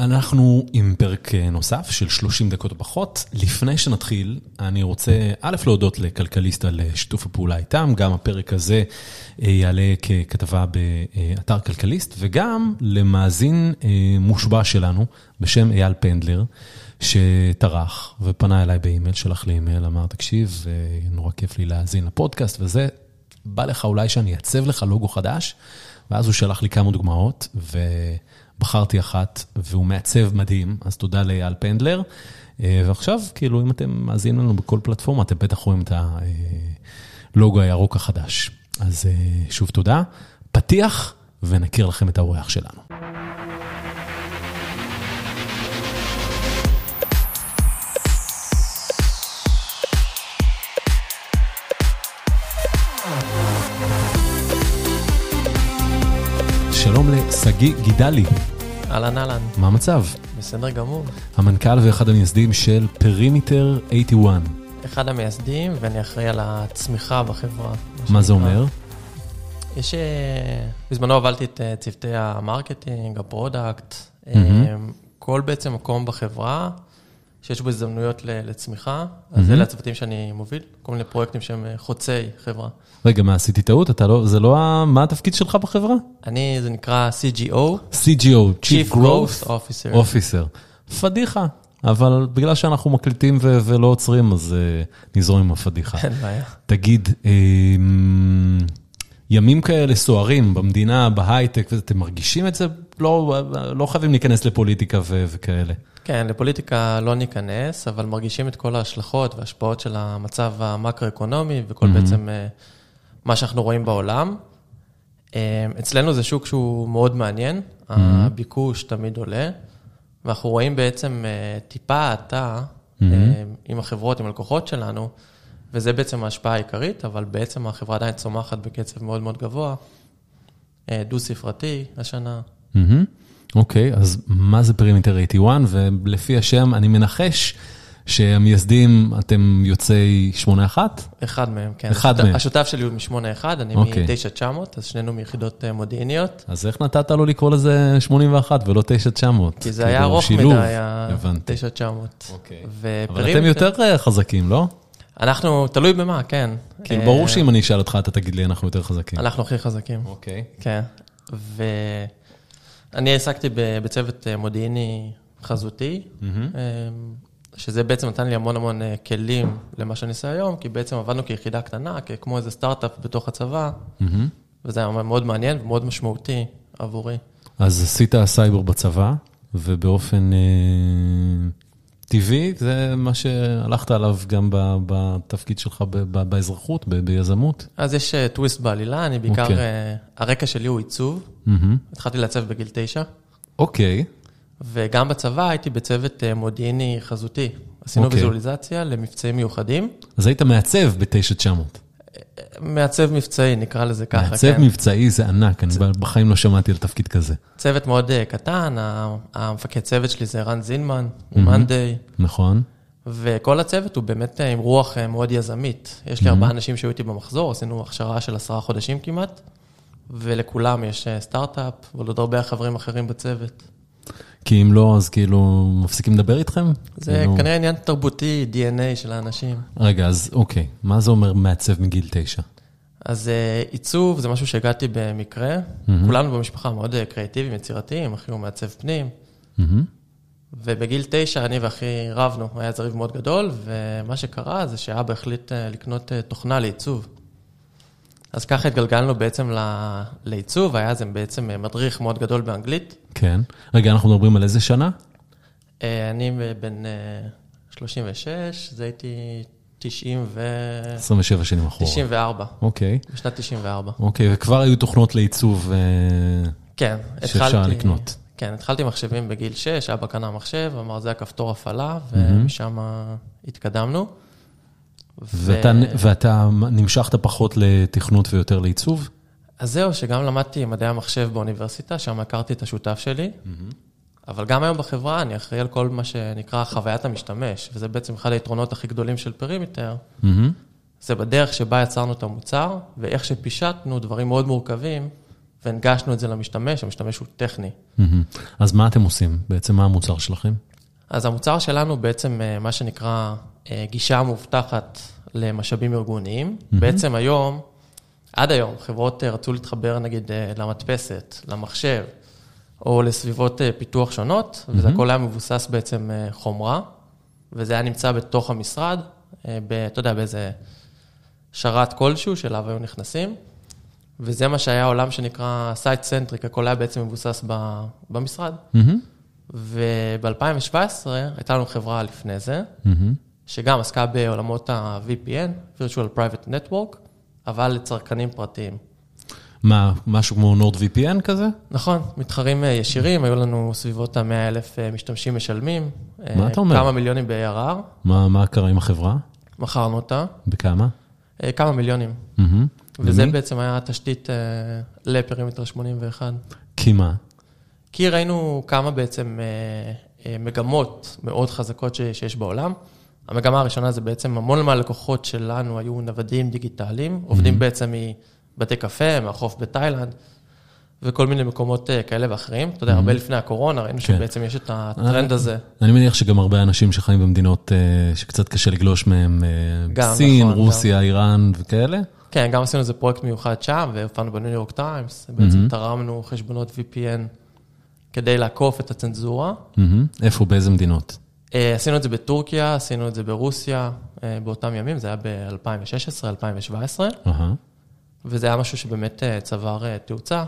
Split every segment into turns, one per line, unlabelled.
אנחנו עם פרק נוסף של 30 דקות פחות. לפני שנתחיל, אני רוצה להודות לכלכליסט על שיתוף הפעולה איתם, גם הפרק הזה יעלה ככתבה באתר כלכליסט, וגם למאזין מושבע שלנו בשם אייל פנדלר, שטרח ופנה אליי באימייל, שלח לי אימייל, אמר, תקשיב, נורא כיף לי להאזין לפודקאסט, וזה בא לך אולי שאני אעצב לך לוגו חדש, ואז הוא שלח לי כמה דוגמאות, בחרתי אחת, והוא מעצב מדהים, אז תודה לאייל פנדלר, ועכשיו, כאילו, אם אתם מאזינים לנו בכל פלטפורמה, אתם בטח רואים את הלוגו הירוק החדש. אז שוב תודה, פתיח, ונכיר לכם את האורח שלנו. שלום לסגי גידלי.
אהלן, אהלן.
מה המצב?
בסדר גמור.
המנכ"ל ואחד המייסדים של פרימיטר 81.
אחד המייסדים, ואני אחראי על הצמיחה בחברה.
מה זה אומר?
בזמנו הובלתי את צוותי המרקטינג, הפרודקט, כל בעצם מקום בחברה, שיש בו הזדמנויות לצמיחה, אז אלה הצוותים שאני מוביל, כל מיני פרויקטים שהם חוצי חברה.
רגע, מה, עשיתי טעות? זה לא, מה התפקיד שלך בחברה?
זה נקרא CGO.
CGO, Chief Growth
Officer.
פדיחה. אבל בגלל שאנחנו מקליטים ולא עוצרים, אז נזרום עם הפדיחה.
אין בעיה.
תגיד, ימים כאלה סוערים במדינה, בהייטק, ואתם מרגישים את זה? לא חייבים להיכנס לפוליטיקה וכאלה.
כן, לפוליטיקה לא ניכנס, אבל מרגישים את כל ההשלכות וההשפעות של המצב המקרו-אקונומי, וכל בעצם מה שאנחנו רואים בעולם. אצלנו זה שוק שהוא מאוד מעניין, הביקוש תמיד עולה, ואנחנו רואים בעצם טיפה האטה עם החברות, עם הלקוחות שלנו, וזה בעצם ההשפעה העיקרית, אבל בעצם החברה עדיין צומחת בקצב מאוד מאוד גבוה, דו-ספרתי השנה.
אוקיי, אז מה זה פרימיטר 81? ולפי השם אני מנחש שהמייסדים אתם יוצאי 81?
אחד מהם, כן.
אחד מהם.
השותף שלי הוא מ-81, אני מ-9900, אז שנינו מיחידות מודיעיניות.
אז איך נתת לו לקרוא לזה 81 ולא 9900?
כי זה היה ארוך מדי, היה 9900.
אוקיי. אבל אתם יותר חזקים, לא?
אנחנו, תלוי במה, כן.
כאילו ברור שאם אני אשאל אותך, אתה תגיד לי, אנחנו יותר חזקים.
אנחנו הכי חזקים.
אוקיי.
כן. אני העסקתי בצוות מודיעיני חזותי, שזה בעצם נתן לי המון המון כלים למה שאני עושה היום, כי בעצם עבדנו כיחידה קטנה, כמו איזה סטארט-אפ בתוך הצבא, וזה היה מאוד מעניין ומאוד משמעותי עבורי.
אז עשית סייבר בצבא, ובאופן טבעי, זה מה שהלכת עליו גם בתפקיד שלך באזרחות, ביזמות?
אז יש טוויסט בעלילה, אני בעיקר, הרקע שלי הוא עיצוב, התחלתי לעצב בגיל 9.
אוקיי.
וגם בצבא הייתי בצוות מודיעיני חזותי. עשינו ויזואליזציה למבצעים מיוחדים.
אז היית מעצב ב-9900.
מעצב מבצעי, נקרא לזה ככה.
מעצב מבצעי זה ענק, אני בחיים לא שמעתי על תפקיד כזה.
צוות מאוד קטן, המפקד צוות שלי זה רן זינמן, ממנדי.
נכון.
וכל הצוות הוא באמת עם רוח מאוד יזמית. יש לי 4 אנשים שהיו איתי במחזור, עשינו הכשרה של 10 חודשים כמעט, ולכולם יש סטארט-אפ, ועוד הרבה חברים אחרים בצוות.
כי אם לא, אז כאילו מפסיקים לדבר איתכם?
זה כנראה עניין תרבותי, DNA של האנשים.
רגע, אז אוקיי. מה זה אומר מעצב מגיל 9?
אז עיצוב זה משהו שהגעתי במקרה. כולנו במשפחה מאוד קריאטיביים, יצירתיים, אחי הוא מעצב פנים. ובגיל 9 אני ואחי רבנו, היה זריב מאוד גדול, ומה שקרה זה שאבא החליט לקנות תוכנה לעיצוב. אז ככה התגלגלנו בעצם לעיצוב, היה זה בעצם מדריך מאוד גדול באנגלית.
כן. רגע, אנחנו מדברים על איזה שנה?
אני בן 36, זה הייתי
27 שנים אחורה.
94.
אוקיי.
בשנת 94.
אוקיי, וכבר היו תוכנות לעיצוב
כן,
שאפשר לקנות.
כן, התחלתי מחשבים בגיל 6, אבא קנה מחשב, אמר זה הכפתור הפעלה, ומשם התקדמנו.
ואתה נמשכת פחות לתכנות ויותר לעיצוב?
אז זהו, שגם למדתי מדעי המחשב באוניברסיטה, שם הכרתי את השותף שלי, אבל גם היום בחברה אני אחראי על כל מה שנקרא חוויית המשתמש, וזה בעצם אחד היתרונות הכי גדולים של פרימיטר. זה בדרך שבה יצרנו את המוצר, ואיך שפישטנו דברים מאוד מורכבים, והנגשנו את זה למשתמש, המשתמש הוא טכני.
אז מה אתם עושים? בעצם מה המוצר שלכם?
אז המוצר שלנו בעצם מה שנקרא גישה מובטחת למשאבים ארגוניים. בעצם היום, עד היום, חברות רצו להתחבר נגיד למדפסת, למחשב, או לסביבות פיתוח שונות, וזה הכל היה מבוסס בעצם חומרה, וזה היה נמצא בתוך המשרד, אתה יודע, באיזה שרת כלשהו שאליו היו נכנסים, וזה מה שהיה העולם שנקרא site-centric, הכל היה בעצם מבוסס במשרד. וב-2017 הייתה לנו חברה לפני זה, שגם עסקה בעולמות ה-VPN, Virtual Private Network, אבל לצרכנים פרטיים.
מה, משהו כמו NordVPN כזה?
נכון, מתחרים ישירים, היו לנו סביבות ה-100,000 משתמשים משלמים.
מה אתה אומר?
כמה מיליונים ב-ARR.
מה קרה עם החברה?
מכרנו אותה.
בכמה?
כמה מיליונים. וזה בעצם היה תשתית לפרימטר 81.
כי מה?
כי ראינו כמה בעצם מגמות מאוד חזקות שיש בעולם. המגמה הראשונה זה בעצם המון מהלקוחות שלנו היו נוודים דיגיטליים, עובדים בעצם מבתי קפה, מהחוף בתאילנד, וכל מיני מקומות כאלה ואחרים. אתה יודע, הרבה לפני הקורונה ראינו שבעצם יש את הטרנד הזה.
אני מניח שגם הרבה אנשים שחיים במדינות שקצת קשה לגלוש מהם, סין, רוסיה, איראן וכאלה.
כן, גם עשינו איזה פרויקט מיוחד שם, והופענו בניו יורק טיימס, בעצם תרמנו חשבונות VPN כדי לעקוף את הצנזורה.
איפה, באיזה מדינות?
עשינו את זה בטורקיה, עשינו את זה ברוסיה, באותם ימים, זה היה ב-2016, 2017, וזה היה משהו שבאמת צבר תאוצה.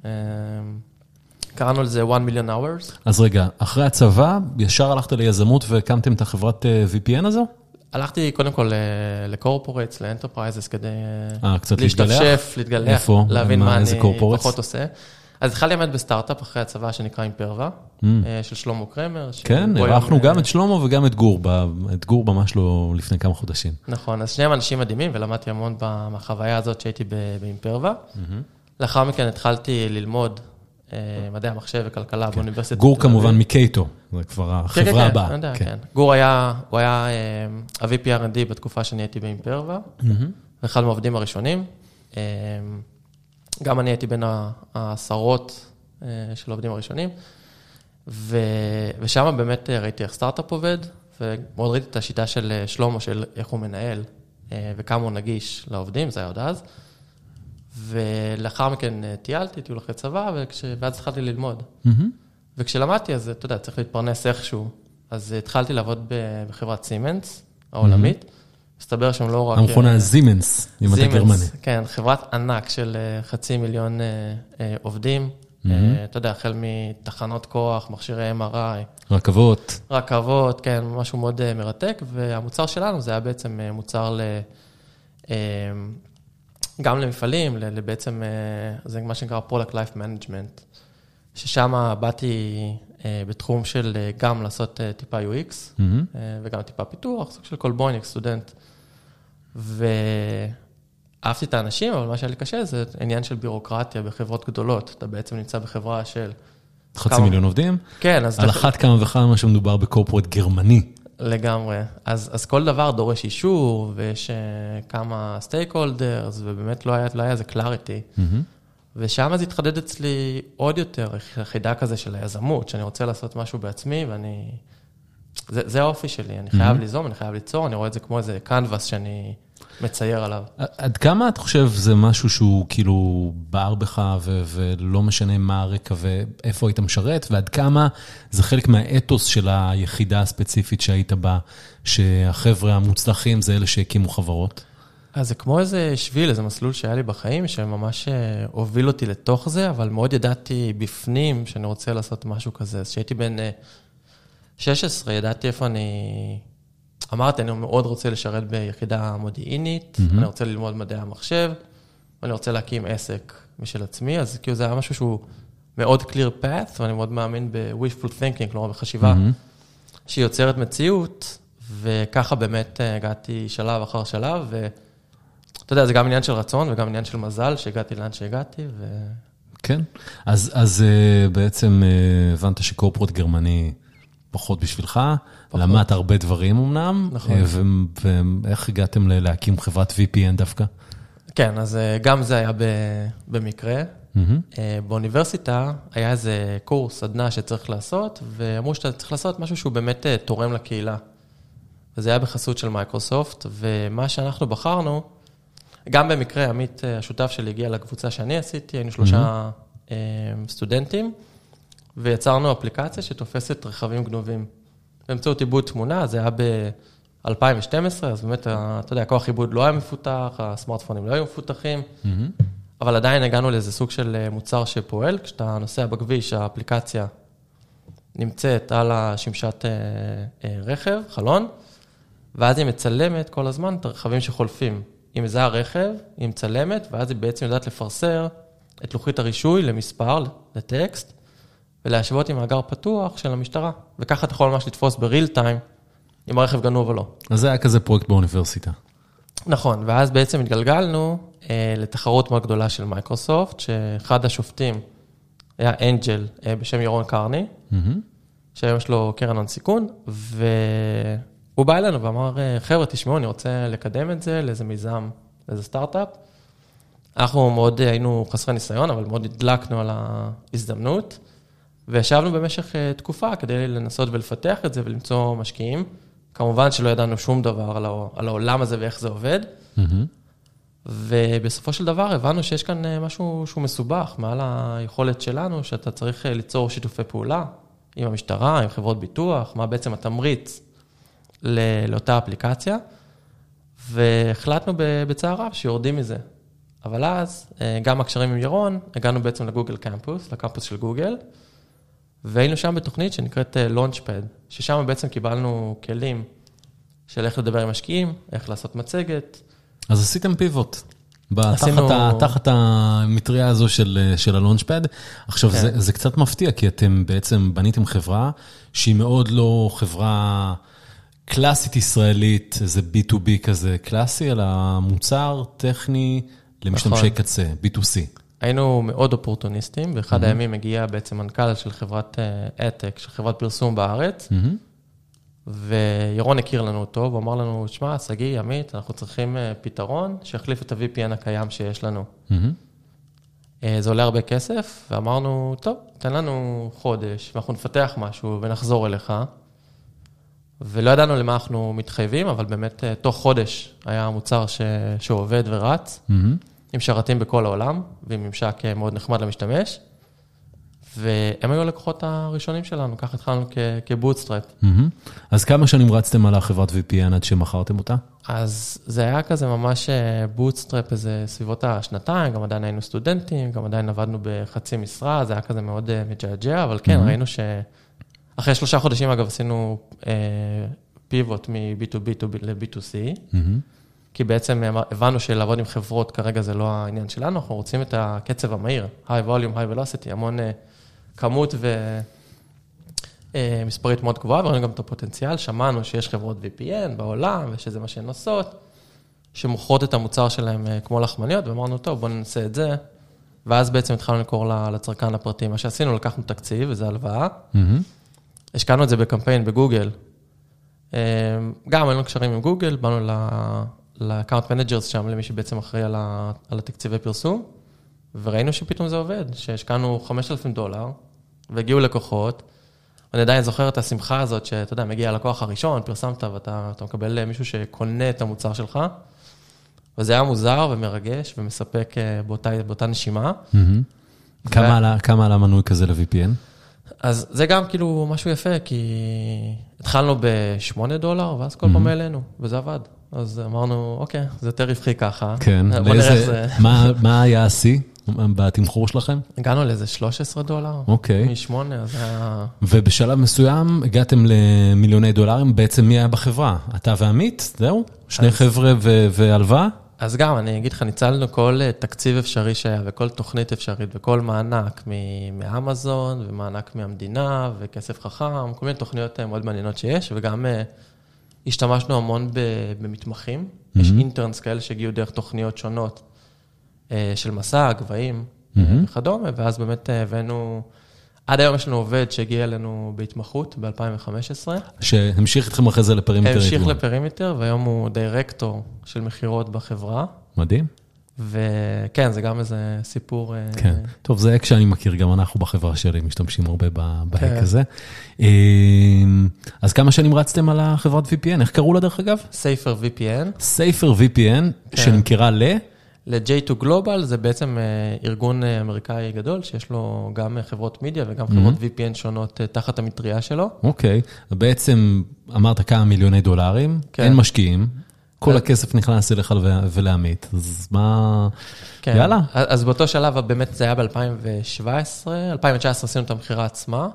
קראנו לזה 1 million hours.
אז רגע, אחרי הצבא, ישר הלכת ליזמות והקמתם את החברת VPN הזו?
הלכתי קודם כל לקורפורטס, לאנטרפרייזס, כדי
קצת
להשתפשף, להתגלח,
איפה?
להבין מה אני
קורפורטס?
פחות עושה. אז התחלתי באמת בסטארט-אפ אחרי הצבא שנקרא אימפרווה, של שלמה קרמר.
כן, ערכנו גם את שלמה וגם את גור, את גור ממש לא לפני כמה חודשים.
נכון, אז שניהם אנשים מדהימים, ולמדתי המון מהחוויה הזאת שהייתי באימפרווה. לאחר מכן התחלתי ללמוד מדעי המחשב וכלכלה באוניברסיטת.
גור כמובן מקייטו, זה כבר החברה הבאה.
כן. גור הוא היה ה-VP R&D בתקופה שאני הייתי באימפרווה, אחד מהעובדים הראשונים. גם אני הייתי בין העשרות של העובדים הראשונים, ושם באמת ראיתי איך סטארט-אפ עובד, ומאוד ראיתי את השיטה של שלמה, של איך הוא מנהל, וכמה הוא נגיש לעובדים, זה היה עוד אז. ולאחר מכן טיילתי, טיול אחרי צבא, ואז התחלתי ללמוד. וכשלמדתי, אז אתה יודע, צריך להתפרנס איכשהו. אז התחלתי לעבוד בחברת סימנס, העולמית. מסתבר שהם לא רק...
המכונה זימנס, אם אתה גרמני.
כן, חברת ענק של 500,000 עובדים. אתה יודע, החל מתחנות כוח, מכשירי MRI. רכבות, כן, משהו מאוד מרתק. והמוצר שלנו זה היה בעצם מוצר גם למפעלים, בעצם זה מה שנקרא Product Life Management, ששם באתי בתחום של גם לעשות טיפה UX, וגם טיפה פיתוח, סוג של קולבויניק, סטודנט. ואהבתי את האנשים, אבל מה שהיה לי קשה זה עניין של בירוקרטיה בחברות גדולות. אתה בעצם נמצא בחברה של...
500,000 עובדים?
כן.
על אחת כמה וכמה שמדובר בקורפורט גרמני.
לגמרי. אז כל דבר דורש אישור, ויש כמה סטייקהולדרס, ובאמת לא היה איזה קלאריטי. ושם אז התחדד אצלי עוד יותר, החידה כזה של היזמות, שאני רוצה לעשות משהו בעצמי, ואני... זה האופי שלי, אני חייב ליזום, אני חייב ליצור, אני רואה את זה כמו איזה קנבס שאני מצייר עליו.
עד כמה את חושב זה משהו שהוא כאילו בער בך, ולא משנה מה הרקע ואיפה היית משרת, ועד כמה זה חלק מהאתוס של היחידה הספציפית שהיית בה, שהחבר'ה המוצלחים זה אלה שהקימו חברות?
אז זה כמו איזה שביל, איזה מסלול שהיה לי בחיים, שממש הוביל אותי לתוך זה, אבל מאוד ידעתי בפנים שאני רוצה לעשות משהו כזה. אז שהייתי בן 16, ידעתי איפה אמרתי, אני מאוד רוצה לשרת ביחידה מודיעינית, אני רוצה ללמוד מדעי המחשב, ואני רוצה להקים עסק משל עצמי, אז כאילו זה היה משהו שהוא מאוד clear path, ואני מאוד מאמין ב-wishful thinking, כלומר בחשיבה שהיא יוצרת מציאות, וככה באמת הגעתי שלב אחר שלב, ואתה יודע, זה גם עניין של רצון, וגם עניין של מזל, שהגעתי לאן שהגעתי,
כן, אז בעצם הבנת שקורפורט גרמני פחות בשבילך, למדת הרבה דברים אמנם, ואיך הגעתם להקים חברת VPN דווקא?
כן, אז גם זה היה במקרה. באוניברסיטה היה איזה קורס, סדנה שצריך לעשות, ואמרו שאתה צריך לעשות משהו שהוא באמת תורם לקהילה. וזה היה בחסות של מייקרוסופט, ומה שאנחנו בחרנו, גם במקרה, עמית, השותף שלי, הגיע לקבוצה שאני עשיתי, היינו 3 סטודנטים, ויצרנו אפליקציה שתופסת רכבים גנובים. באמצעות עיבוד תמונה, זה היה ב-2012, אז באמת, אתה יודע, כוח עיבוד לא היה מפותח, הסמארטפונים לא היו מפותחים, אבל עדיין הגענו לאיזה סוג של מוצר שפועל, כשאתה נוסע בכביש, האפליקציה נמצאת על השמשת רכב, חלון, ואז היא מצלמת כל הזמן את הרכבים שחולפים. היא מזהה רכב, היא מצלמת, ואז היא בעצם יודעת לפרסר את לוחית הרישוי למספר, לטקסט, ולהשוות עם מאגר פתוח של המשטרה. וככה אתה יכול ממש לתפוס בריל טיים, אם הרכב גנוב או לא.
אז זה היה כזה פרויקט באוניברסיטה.
נכון, ואז בעצם התגלגלנו לתחרות מאוד גדולה של מייקרוסופט, שאחד השופטים היה אנג'ל בשם ירון קרני, שהיום יש לו קרן הון סיכון, והוא בא אלינו ואמר, חבר'ה, תשמעו, אני רוצה לקדם את זה לאיזה מיזם, לאיזה סטארט-אפ. אנחנו מאוד היינו חסרי ניסיון, אבל מאוד הדלקנו על ההזדמנות, וישבנו במשך תקופה כדי לנסות ולפתח את זה ולמצוא משקיעים. כמובן שלא ידענו שום דבר על העולם הזה ואיך זה עובד. ובסופו של דבר הבנו שיש כאן משהו שהוא מסובך, מעל היכולת שלנו, שאתה צריך ליצור שיתופי פעולה עם המשטרה, עם חברות ביטוח, מה בעצם התמריץ לאותה אפליקציה. והחלטנו בצער רב שיורדים מזה. אבל אז, גם הקשרים עם ירון, הגענו בעצם לגוגל קמפוס, לקמפוס של גוגל, והיינו שם בתוכנית שנקראת Launchpad, ששם בעצם קיבלנו כלים של איך לדבר עם משקיעים, איך לעשות מצגת.
אז עשיתם פיבוט, תחת המטריה הזו של ה-Launchpad. עכשיו, זה קצת מפתיע, כי אתם בעצם בניתם חברה, שהיא מאוד לא חברה קלאסית ישראלית, איזה B2B כזה קלאסי, אלא מוצר טכני למשתמשי קצה, B2C.
היינו מאוד אופורטוניסטים, באחד הימים הגיע בעצם מנכ"ל של חברת אתק, של חברת פרסום בארץ, וירון הכיר לנו אותו, ואמר לנו, תשמע, סגי, עמית, אנחנו צריכים פתרון שיחליף את ה-VPN הקיים שיש לנו. זה עולה הרבה כסף, ואמרנו, טוב, תן לנו חודש, ואנחנו נפתח משהו ונחזור אליך. ולא ידענו למה אנחנו מתחייבים, אבל באמת תוך חודש היה מוצר שעובד ורץ, עם שרתים בכל העולם, ועם ממשק מאוד נחמד למשתמש, והם היו הלקוחות הראשונים שלנו, ככה התחלנו כבוטסטראפ.
אז כמה שנים רצתם על החברת VPN עד שמכרתם אותה?
אז זה היה כזה ממש בוטסטראפ, איזה סביבות השנתיים, גם עדיין היינו סטודנטים, גם עדיין עבדנו בחצי משרה, זה היה כזה מאוד מג'עג'ע, אבל כן, ראינו אחרי 3 חודשים, אגב, עשינו פיבוט מ-B2B ל-B2C, כי בעצם הבנו שלעבוד עם חברות כרגע זה לא העניין שלנו, אנחנו רוצים את הקצב המהיר, high volume, high velocity, המון כמות ומספרית מאוד גבוהה, וראינו גם את הפוטנציאל, שמענו שיש חברות VPN בעולם, ושזה מה שהן עושות, שמוכרות את המוצר שלהם כמו לחמניות, ואמרנו, טוב, בואו ננסה את זה, ואז בעצם התחלנו לקרוא לצרכן הפרטי. מה שעשינו, לקחנו תקציב, וזו הלוואה, השקענו את זה בקמפיין בגוגל, גם היינו קשרים עם גוגל, באנו ל-account managers שם, למי שבעצם אחראי על התקציבי פרסום, וראינו שפתאום זה עובד, שהשקענו $5,000, והגיעו לקוחות, ואני עדיין זוכר את השמחה הזאת, שאתה יודע, מגיע הלקוח הראשון, פרסמת, ואתה מקבל מישהו שקונה את המוצר שלך, וזה היה מוזר ומרגש, ומספק באותה נשימה.
כמה עלה מנוי כזה ל-VPN?
אז זה גם כאילו משהו יפה, כי התחלנו $8, ואז כל פעם אלינו, וזה עבד. אז אמרנו, אוקיי, זה יותר רווחי ככה.
כן, מה היה השיא בתמחור שלכם?
הגענו לאיזה $13.
אוקיי.
מ-8, אז היה...
ובשלב מסוים הגעתם למיליוני דולרים, בעצם מי היה בחברה? אתה ועמית? זהו? שני חבר'ה והלוואה?
אז גם, אני אגיד לך, ניצלנו כל תקציב אפשרי שהיה, וכל תוכנית אפשרית, וכל מענק מאמזון, ומענק מהמדינה, וכסף חכם, כל מיני תוכניות מאוד מעניינות שיש, וגם השתמשנו המון במתמחים. יש אינטרנס כאלה שהגיעו דרך תוכניות שונות של מסע, גבהים וכדומה, ואז באמת הבאנו, עד היום יש לנו עובד שהגיע אלינו בהתמחות ב-2015.
שהמשיך איתכם אחרי זה לפרימיטר.
המשיך לפרימיטר, והיום הוא דירקטור של מחירות בחברה.
מדהים.
וכן, זה גם איזה סיפור.
כן, טוב, זה אק שאני מכיר, גם אנחנו בחברה שלי משתמשים הרבה בהק הזה. אז כמה שנים רצתם על החברת VPN? איך קראו לה דרך אגב?
Safer VPN.
Safer VPN, שנמכרה
ל-J2 Global, זה בעצם ארגון אמריקאי גדול, שיש לו גם חברות מידיה וגם חברות VPN שונות תחת המטריה שלו.
אוקיי, בעצם אמרת כמה מיליוני דולרים, אין משקיעים, כל הכסף נכנס אליך ולעמית, אז מה... יאללה.
אז באותו שלב, באמת זה היה ב-2017, 2019 עשינו את המחירה עצמה,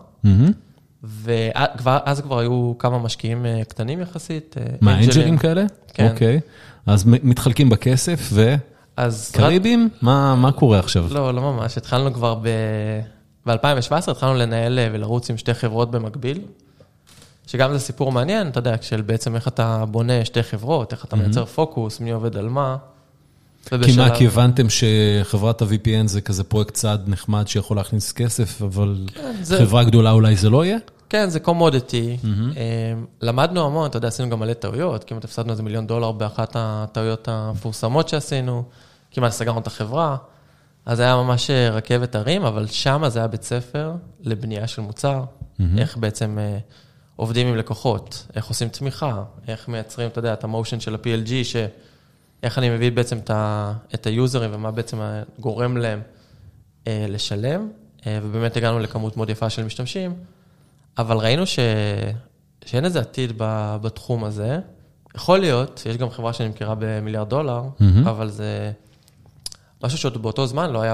ואז כבר היו כמה משקיעים קטנים יחסית.
מה, אנג'לים כאלה? כן. אוקיי, אז מתחלקים בכסף קריבים? מה קורה עכשיו?
לא ממש, התחלנו כבר ב-2017, התחלנו לנהל ולרוץ עם שתי חברות במקביל, שגם זה סיפור מעניין, אתה יודע, של בעצם איך אתה בונה שתי חברות, איך אתה מייצר פוקוס, מי עובד על מה.
כי הבנתם שחברת ה-VPN זה כזה פרויקט צעד נחמד שיכול להכניס כסף, אבל חברה גדולה אולי זה לא יהיה?
כן, זה קומודיטי. למדנו המון, אתה יודע, עשינו גם מלא טעויות, כמעט הפסדנו איזה $1,000,000 באחת הטעויות המפורסמות שעשינו, כמעט סגרנו את החברה, אז זה היה ממש רכבת הרים, אבל שם זה היה בית ספר לבנייה של מוצר, איך בעצם עובדים עם לקוחות, איך עושים תמיכה, איך מייצרים, אתה יודע, את המושן של ה-PLG, איך אני מביא בעצם את היוזרים ומה בעצם גורם להם לשלם, ובאמת הגענו לכמות מאוד יפה של משתמשים, אבל ראינו שאין איזה עתיד בתחום הזה. יכול להיות, יש גם חברה שנמכרה ב$1,000,000,000, אבל זה משהו שעוד באותו זמן לא היה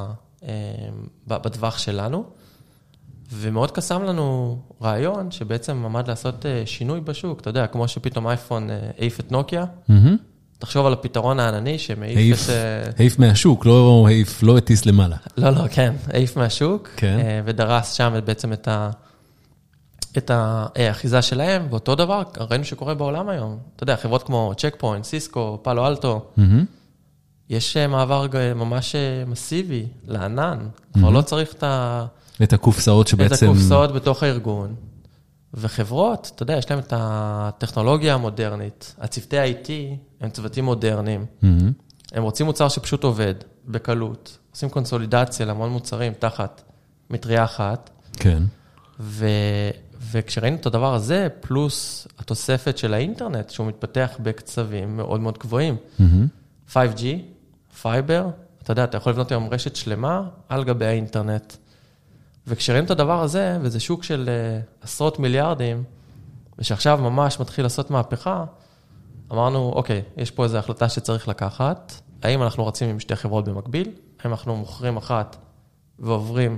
בטווח שלנו, ומאוד קסם לנו רעיון שבעצם עמד לעשות שינוי בשוק, אתה יודע, כמו שפתאום אייפון העיף את נוקיה, תחשוב על הפתרון הענני שמעיף את...
העיף מהשוק, לא הטיס למעלה.
לא, כן, העיף מהשוק, ודרס שם בעצם את האחיזה שלהם, ואותו דבר ראינו שקורה בעולם היום. אתה יודע, חברות כמו צ'ק פוינט, סיסקו, פאלו אלטו, יש מעבר ממש מסיבי לענן, כבר לא צריך
את הקופסאות שבעצם...
את הקופסאות בתוך הארגון. וחברות, אתה יודע, יש להם את הטכנולוגיה המודרנית, הצוותי IT הם צוותים מודרניים, הם רוצים מוצר שפשוט עובד, בקלות, עושים קונסולידציה להמון מוצרים תחת מטריה אחת,
כן.
וכשראינו את הדבר הזה, פלוס התוספת של האינטרנט, שהוא מתפתח בקצבים מאוד מאוד גבוהים, 5G, פייבר, אתה יודע, אתה יכול לבנות היום רשת שלמה על גבי האינטרנט, וכשראינו את הדבר הזה, וזה שוק של עשרות מיליארדים, ושעכשיו ממש מתחיל לעשות מהפכה, אמרנו, אוקיי, יש פה איזו החלטה שצריך לקחת, האם אנחנו רצים עם שתי חברות במקביל, האם אנחנו מוכרים אחת ועוברים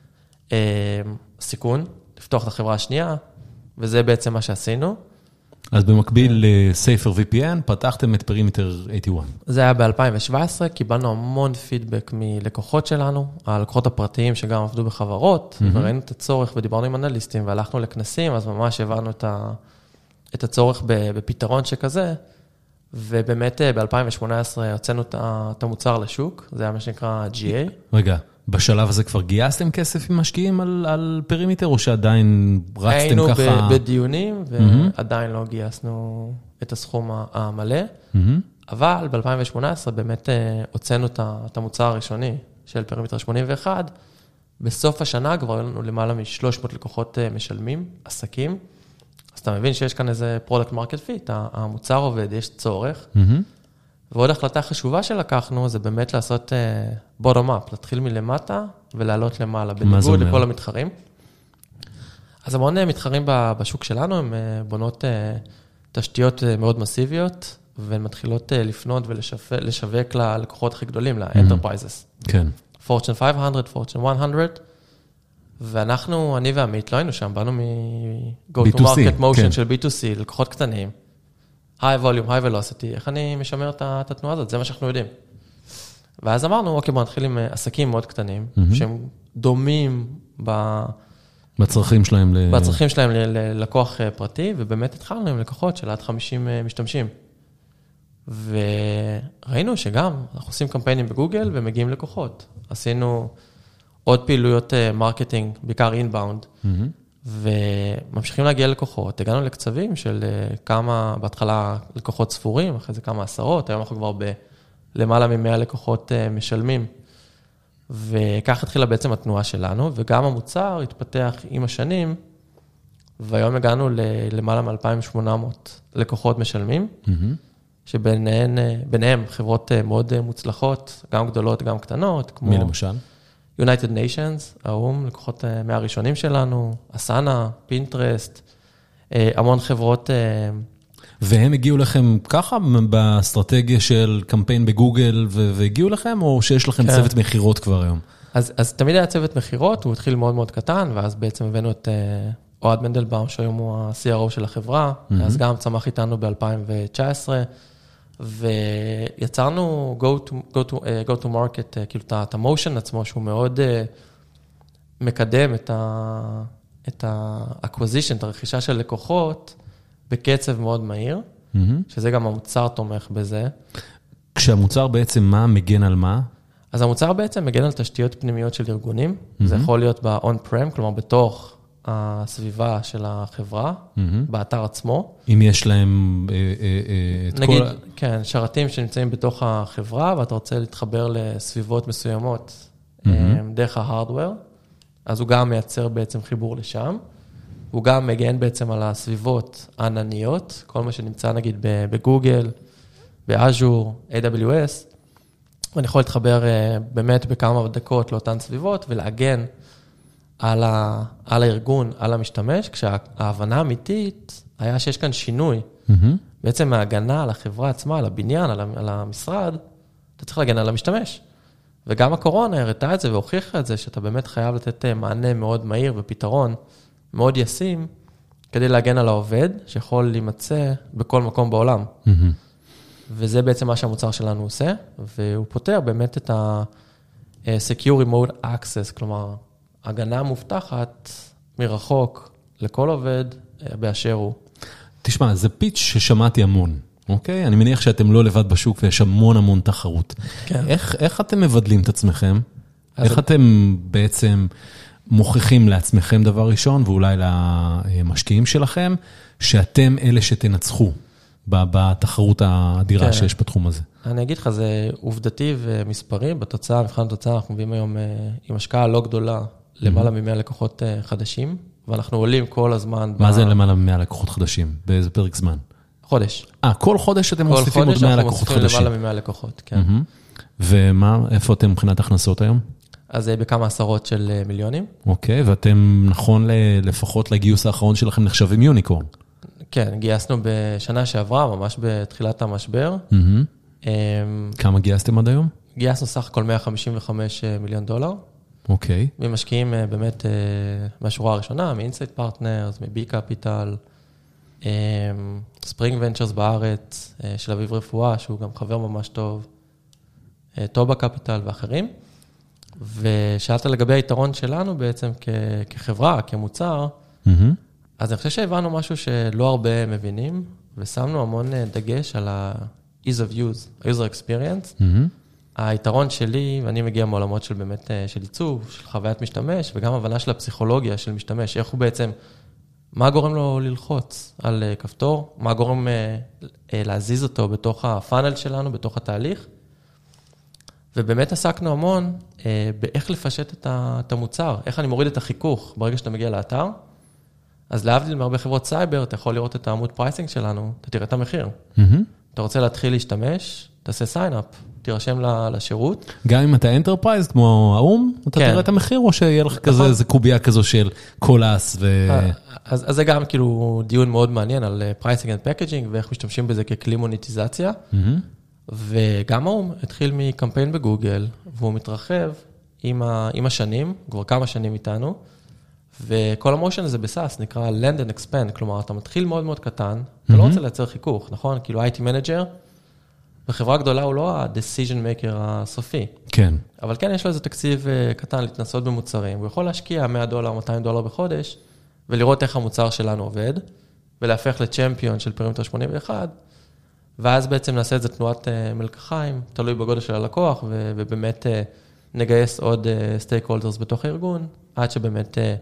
סיכון, לפתוח את החברה השנייה, וזה בעצם מה שעשינו.
אז במקביל ל-Safer VPN, פתחתם את פרימיטר 81.
זה היה ב-2017, קיבלנו המון פידבק מלקוחות שלנו, הלקוחות הפרטיים שגם עבדו בחברות, וראינו את הצורך ודיברנו עם אנליסטים, והלכנו לכנסים, אז ממש הבנו את הצורך בפתרון שכזה, ובאמת ב-2018 הוצאנו את המוצר לשוק, זה היה מה שנקרא GA.
רגע, בשלב הזה כבר גייסתם כסף עם משקיעים על פרימיטר, או שעדיין רצתם ככה?
היינו בדיונים, ועדיין לא גייסנו את הסכום המלא, אבל ב-2018 באמת הוצאנו את המוצר הראשוני של פרימיטר 81, בסוף השנה כבר היו לנו למעלה מ-300 לקוחות משלמים, עסקים, אז אתה מבין שיש כאן איזה פרודקט מרקט פיט, המוצר עובד, יש צורך, ועוד החלטה חשובה שלקחנו, זה באמת לעשות bottom up, להתחיל מלמטה ולעלות למעלה, בניגוד לכל המתחרים. אז המון מתחרים בשוק שלנו, הם בונות תשתיות מאוד מסיביות, והן מתחילות לפנות ולשווק ללקוחות הכי גדולים, ל-enterprises.
כן.
Fortune 500, Fortune 100, ואנחנו, אני ועמית, לא היינו שם, באנו מ-go-to-market motion של B2C, לקוחות קטנים, high volume, high velocity, איך אני משמר את התנועה הזאת, זה מה שאנחנו יודעים. ואז אמרנו, אוקיי, בוא נתחיל עם עסקים מאוד קטנים, שהם דומים
בצרכים שלהם
ללקוח פרטי, ובאמת התחלנו עם לקוחות של עד 50 משתמשים. וראינו שגם, אנחנו עושים קמפיינים בגוגל ומגיעים לקוחות. עשינו עוד פעילויות מרקטינג, בעיקר אינבאונד, וממשיכים להגיע לקוחות. הגענו לקצבים של כמה, בהתחלה לקוחות ספורים, אחרי זה כמה עשרות, היום אנחנו כבר למעלה מ-100 לקוחות משלמים. וכך התחילה בעצם התנועה שלנו, וגם המוצר התפתח עם השנים, והיום הגענו למעלה מ-2,800 לקוחות משלמים, שביניהם חברות מאוד מוצלחות, גם גדולות, גם קטנות, כמו...
מי למשל?
United Nations, האום, לקוחות מהראשונים שלנו, אסנה, פינטרסט, המון חברות...
והם הגיעו לכם ככה באסטרטגיה של קמפיין בגוגל והגיעו לכם, או שיש לכם צוות מחירות כבר היום?
אז תמיד היה צוות מחירות, הוא התחיל מאוד מאוד קטן, ואז בעצם הבאנו את אוהד מנדלבאום, שהיום הוא ה-CRO של החברה, אז גם צמח איתנו ב-2019, ויצרנו go to market, כאילו את המושן עצמו, שהוא מאוד מקדם את ה-acquisition, את הרכישה של לקוחות, בקצב מאוד מהיר, שזה גם המוצר תומך בזה.
כשהמוצר בעצם מה מגן על מה?
אז המוצר בעצם מגן על תשתיות פנימיות של ארגונים, זה יכול להיות ב-on-prem, כלומר בתוך הסביבה של החברה, באתר עצמו.
אם יש להם את כל...
נגיד, כן, שרתים שנמצאים בתוך החברה, ואתה רוצה להתחבר לסביבות מסוימות דרך ההארדוור, אז הוא גם מייצר בעצם חיבור לשם. הוא גם מגן בעצם על הסביבות הענניות, כל מה שנמצא נגיד בגוגל, באז'ור, AWS, ואני יכול להתחבר באמת בכמה דקות לאותן סביבות, ולהגן על הארגון, על המשתמש, כשההבנה האמיתית היה שיש כאן שינוי. בעצם מההגנה על החברה עצמה, על הבניין, על המשרד, אתה צריך להגן על המשתמש. וגם הקורונה הראתה את זה והוכיחה את זה, שאתה באמת חייב לתת מענה מאוד מהיר ופתרון מאוד ישים, כדי להגן על העובד, שיכול להימצא בכל מקום בעולם. וזה בעצם מה שהמוצר שלנו עושה, והוא פותר באמת את ה-Secure Remote Access, כלומר, הגנה מובטחת מרחוק לכל עובד באשר הוא.
תשמע, זה פיץ' ששמעתי המון, אוקיי? אני מניח שאתם לא לבד בשוק ויש המון תחרות.
כן.
איך אתם מבדלים את עצמכם? איך אתם בעצם מוכיחים לעצמכם דבר ראשון, ואולי למשקיעים שלכם, שאתם אלה שתנצחו בתחרות האדירה שיש בתחום הזה?
אני אגיד לך, זה עובדתי ומספרי, בתוצאה, מבחן התוצאה, אנחנו מביאים היום עם השקעה לא גדולה, למעלה מ-100 לקוחות חדשים, ואנחנו עולים כל הזמן.
מה זה למעלה מ-100 לקוחות חדשים? באיזה פרק זמן?
חודש.
כל חודש אתם מוסיפים עוד 100 לקוחות חדשים?
כל חודש אנחנו מוסיפים למעלה מ-100 לקוחות, כן.
ומה, איפה אתם מבחינת הכנסות היום?
אז בכמה עשרות של מיליונים.
אוקיי, ואתם נכון לפחות לגיוס האחרון שלכם נחשבים יוניקורן.
כן, גייסנו בשנה שעברה, ממש בתחילת המשבר.
כמה גייסתם עד היום?
גייסנו סך הכל $155 מיליון.
אוקיי.
ממשקיעים באמת מהשורה הראשונה, מ-Insight Partners, מ-B Capital, Spring Ventures בארץ, של אביב רפואה, שהוא גם חבר ממש טוב, טובה Capital ואחרים. ושאלת לגבי היתרון שלנו בעצם כחברה, כמוצר, אז אני חושב שהבנו משהו שלא הרבה מבינים, ושמנו המון דגש על ה-ease of use, ה-user experience. היתרון שלי, ואני מגיע מעולמות של באמת, של עיצוב, של חוויית משתמש, וגם הבנה של הפסיכולוגיה של משתמש, איך הוא בעצם, מה גורם לו ללחוץ על כפתור, מה גורם להזיז אותו בתוך הפאנל שלנו, בתוך התהליך, ובאמת עסקנו המון באיך לפשט את המוצר, איך אני מוריד את החיכוך ברגע שאתה מגיע לאתר, אז להבדיל מהרבה חברות סייבר, אתה יכול לראות את העמוד פרייסינג שלנו, אתה תראה את המחיר. אתה רוצה להתחיל להשתמש, תעשה סיין-אפ, תירשם לשירות.
גם אם אתה אנטרפרייז, כמו האום, אתה תראה את המחיר, או שיהיה לך כזה, איזה קוביה כזו של קולאס ו...
אז זה גם כאילו דיון מאוד מעניין על פרייסינג and packaging, ואיך משתמשים בזה ככלי מוניטיזציה. וגם האום התחיל מקמפיין בגוגל, והוא מתרחב עם השנים, כבר כמה שנים איתנו, וכל המושן הזה בסאס נקרא Land and Expand, כלומר, אתה מתחיל מאוד מאוד קטן, אתה לא רוצה לייצר חיכוך, נכון? כאילו IT Manager, בחברה גדולה הוא לא ה-decision maker הסופי.
כן.
אבל כן, יש לו איזה תקציב קטן להתנסות במוצרים, הוא יכול להשקיע $100, $200 בחודש, ולראות איך המוצר שלנו עובד, ולהפך לצ'מפיון של פרימטר 81, ואז בעצם נעשה את זה תנועת מלקחיים, תלוי בגודל של הלקוח, ובאמת נגייס עוד stakeholders בתוך הארגון, עד שבאמת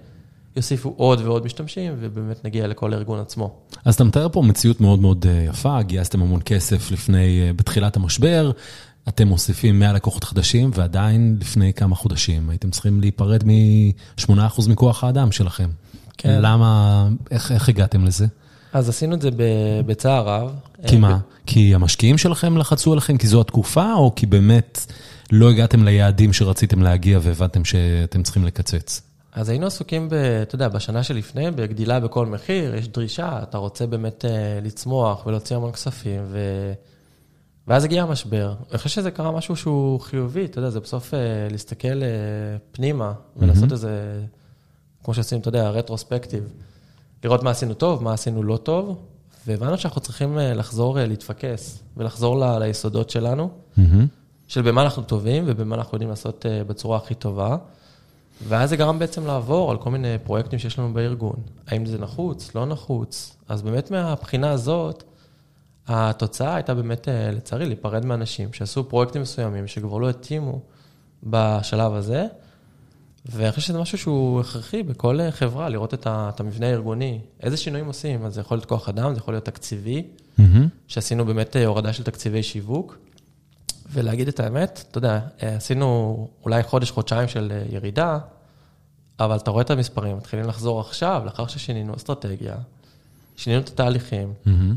יוסיפו עוד ועוד משתמשים, ובאמת נגיע לכל הארגון עצמו.
אז אתה מתאר פה מציאות מאוד מאוד יפה, גייסתם המון כסף בתחילת המשבר, אתם מוסיפים 100 לקוחות חדשים, ועדיין לפני כמה חודשים הייתם צריכים להיפרד מ8% מכוח האדם שלכם. כן. למה, איך הגעתם לזה?
אז עשינו את זה בצער רב.
כי מה? כי המשקיעים שלכם לחצו עליכם, כי זו התקופה, או כי באמת לא הגעתם ליעדים שרציתם להגיע, והבנתם שאתם צריכים לקצץ?
אז היינו עסוקים, אתה יודע, בשנה שלפני, בגדילה בכל מחיר, יש דרישה, אתה רוצה באמת לצמוח ולהוציא המון כספים, ואז הגיע המשבר. אני חושב שזה קרה משהו שהוא חיובי, אתה יודע, זה בסוף להסתכל פנימה, ולעשות איזה, כמו שעושים, אתה יודע, רטרוספקטיב, לראות מה עשינו טוב, מה עשינו לא טוב, והבנו שאנחנו צריכים לחזור להתפקס, ולחזור ליסודות שלנו, של במה אנחנו טובים, ובמה אנחנו יודעים לעשות בצורה הכי טובה, ואז זה גרם בעצם לעבור על כל מיני פרויקטים שיש לנו בארגון. האם זה נחוץ, לא נחוץ? אז באמת מהבחינה הזאת, התוצאה הייתה באמת, לצערי, להיפרד מאנשים שעשו פרויקטים מסוימים, שכבר לא התאימו בשלב הזה, ואני חושב שזה משהו שהוא הכרחי בכל חברה, לראות את המבנה הארגוני. איזה שינויים עושים? אז זה יכול להיות כוח אדם, זה יכול להיות תקציבי, שעשינו באמת הורדה של תקציבי שיווק, ולהגיד את האמת, אתה יודע, עשינו אולי חודש-חודשיים של ירידה, אבל אתה רואה את המספרים, מתחילים לחזור עכשיו, לאחר ששינינו אסטרטגיה, שינינו את התהליכים,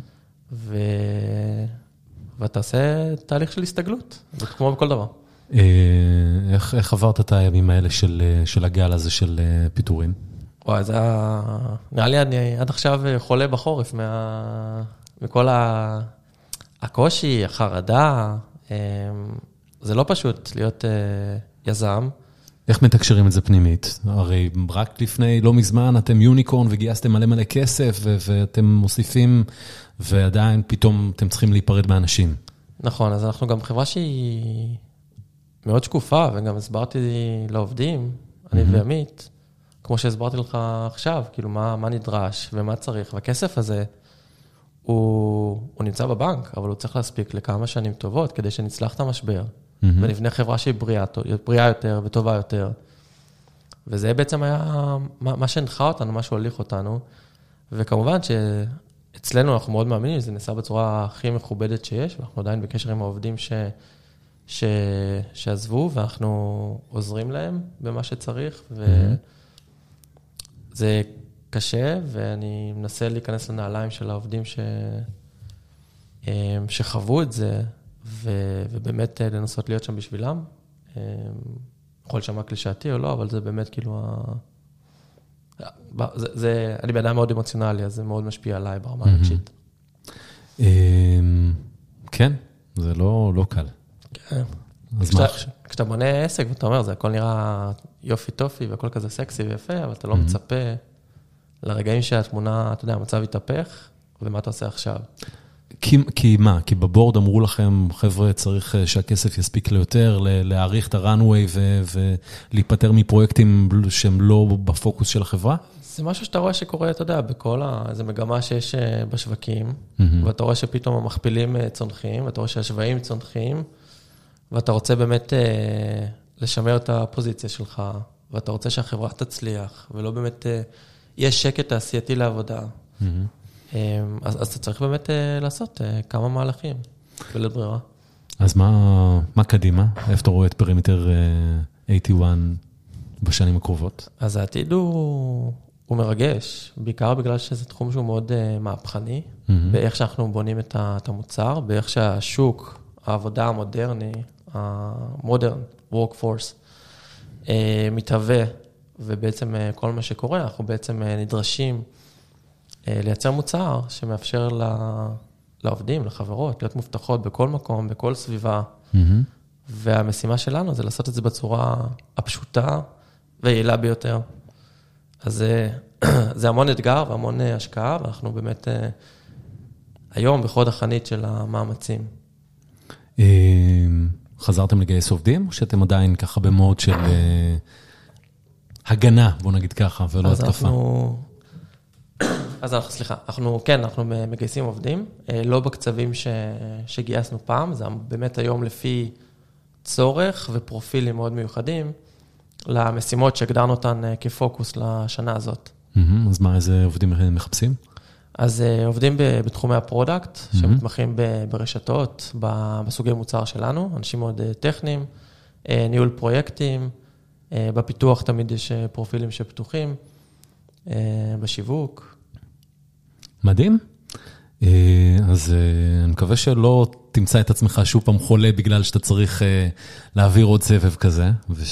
ואתה עושה תהליך של הסתגלות, זה כמו בכל דבר.
איך עברת את הימים האלה של הגל הזה של פיטורים?
וואי, זה נראה לי אני עד עכשיו חולה בחורף מכל הקושי, החרדה, זה לא פשוט להיות יזם.
איך מתקשרים את זה פנימית? הרי רק לפני לא מזמן אתם יוניקורן וגייסתם מלא כסף ואתם מוסיפים ועדיין פתאום אתם צריכים להיפרד מאנשים.
נכון, אז אנחנו גם חברה שהיא מאוד שקופה וגם הסברתי לעובדים, אני ועמית, כמו שהסברתי לך עכשיו, כאילו מה נדרש ומה צריך, והכסף הזה הוא נמצא בבנק, אבל הוא צריך להספיק לכמה שנים טובות, כדי שנצלח את המשבר, ונבנה חברה שהיא בריאה יותר וטובה יותר. וזה בעצם היה מה שהנחה אותנו, מה שהוליך אותנו, וכמובן שאצלנו אנחנו מאוד מאמינים, זה נעשה בצורה הכי מכובדת שיש, ואנחנו עדיין בקשר עם העובדים שעזבו, ואנחנו עוזרים להם במה שצריך, וזה קשה, ואני מנסה להיכנס לנעליים של העובדים שחוו את זה, ובאמת לנסות להיות שם בשבילם. יכול לשמע קלישאתי או לא, אבל זה באמת כאילו, אני באדם מאוד אמוציונלי, אז זה מאוד משפיע עליי ברמה הרגשית.
כן, זה לא קל.
כן. כשאתה בונה עסק, ואתה אומר, זה הכל נראה יופי טופי, והכל כזה סקסי ויפה, אבל אתה לא מצפה לרגעים שהתמונה, אתה יודע, המצב יתהפך, ומה אתה עושה עכשיו?
כי מה? כי בבורד אמרו לכם, חבר'ה, צריך שהכסף יספיק ליותר, להאריך את הראנוויי ולהיפטר מפרויקטים שהם לא בפוקוס של החברה?
זה משהו שאתה רואה שקורה, אתה יודע, איזו מגמה שיש בשווקים, ואתה רואה שפתאום המכפילים צונחים, ואתה רואה שהשוואים צונחים, ואתה רוצה באמת לשמר את הפוזיציה שלך, ואתה רוצה שהחברה תצליח, ולא באמת יש שקט תעשייתי לעבודה. אז אתה צריך באמת לעשות כמה מהלכים, בלית ברירה.
אז מה קדימה? איפה אתה רואה את פרימיטר 81 בשנים הקרובות?
אז העתיד הוא מרגש, בעיקר בגלל שזה תחום שהוא מאוד מהפכני, באיך שאנחנו בונים את המוצר, באיך שהשוק, העבודה המודרני, המודרן, workforce, מתהווה, ובעצם כל מה שקורה, אנחנו בעצם נדרשים לייצר מוצר שמאפשר לעובדים, לחברות, להיות מובטחות בכל מקום, בכל סביבה, והמשימה שלנו זה לעשות את זה בצורה הפשוטה ויעילה ביותר. אז זה המון אתגר והמון השקעה, ואנחנו באמת היום בחוד החנית של המאמצים.
חזרתם לגייס עובדים, או שאתם עדיין ככה במוד של הגנה, בוא נגיד ככה, ולא התקפה?
סליחה, אנחנו מגייסים עובדים, לא בקצבים שגייסנו פעם, זה באמת היום לפי צורך ופרופילים מאוד מיוחדים, למשימות שהגדרנו אותן כפוקוס לשנה הזאת.
אז מה, איזה עובדים מחפשים?
אז עובדים בתחומי הפרודקט, שמתמחים ברשתות, בסוגי מוצר שלנו, אנשים מאוד טכניים, ניהול פרויקטים, בפיתוח תמיד יש פרופילים שפתוחים, בשיווק.
מדהים. אז אני מקווה שלא תמצא את עצמך שוב פעם חולה בגלל שאתה צריך להעביר עוד סבב כזה,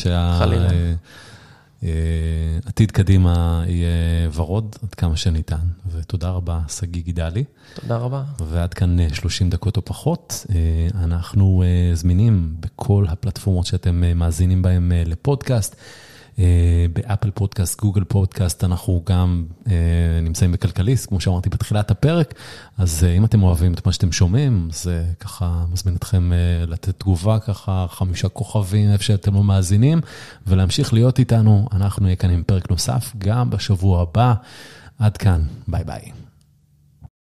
ושהעתיד קדימה יהיה ורוד עד כמה שניתן. ותודה רבה, סגי גידלי.
תודה רבה.
ועד כאן 30 דקות או פחות. אנחנו זמינים בכל הפלטפורמות שאתם מאזינים בהם לפודקאסט. באפל פודקאסט, גוגל פודקאסט, אנחנו גם נמצאים בכלכליסט, כמו שאמרתי בתחילת הפרק, אז אם אתם אוהבים את מה שאתם שומעים, אז ככה מזמין אתכם לתת תגובה, ככה 5 כוכבים, איפה שאתם לא מאזינים, ולהמשיך להיות איתנו, אנחנו נהיה כאן עם פרק נוסף, גם בשבוע הבא, עד כאן, ביי ביי.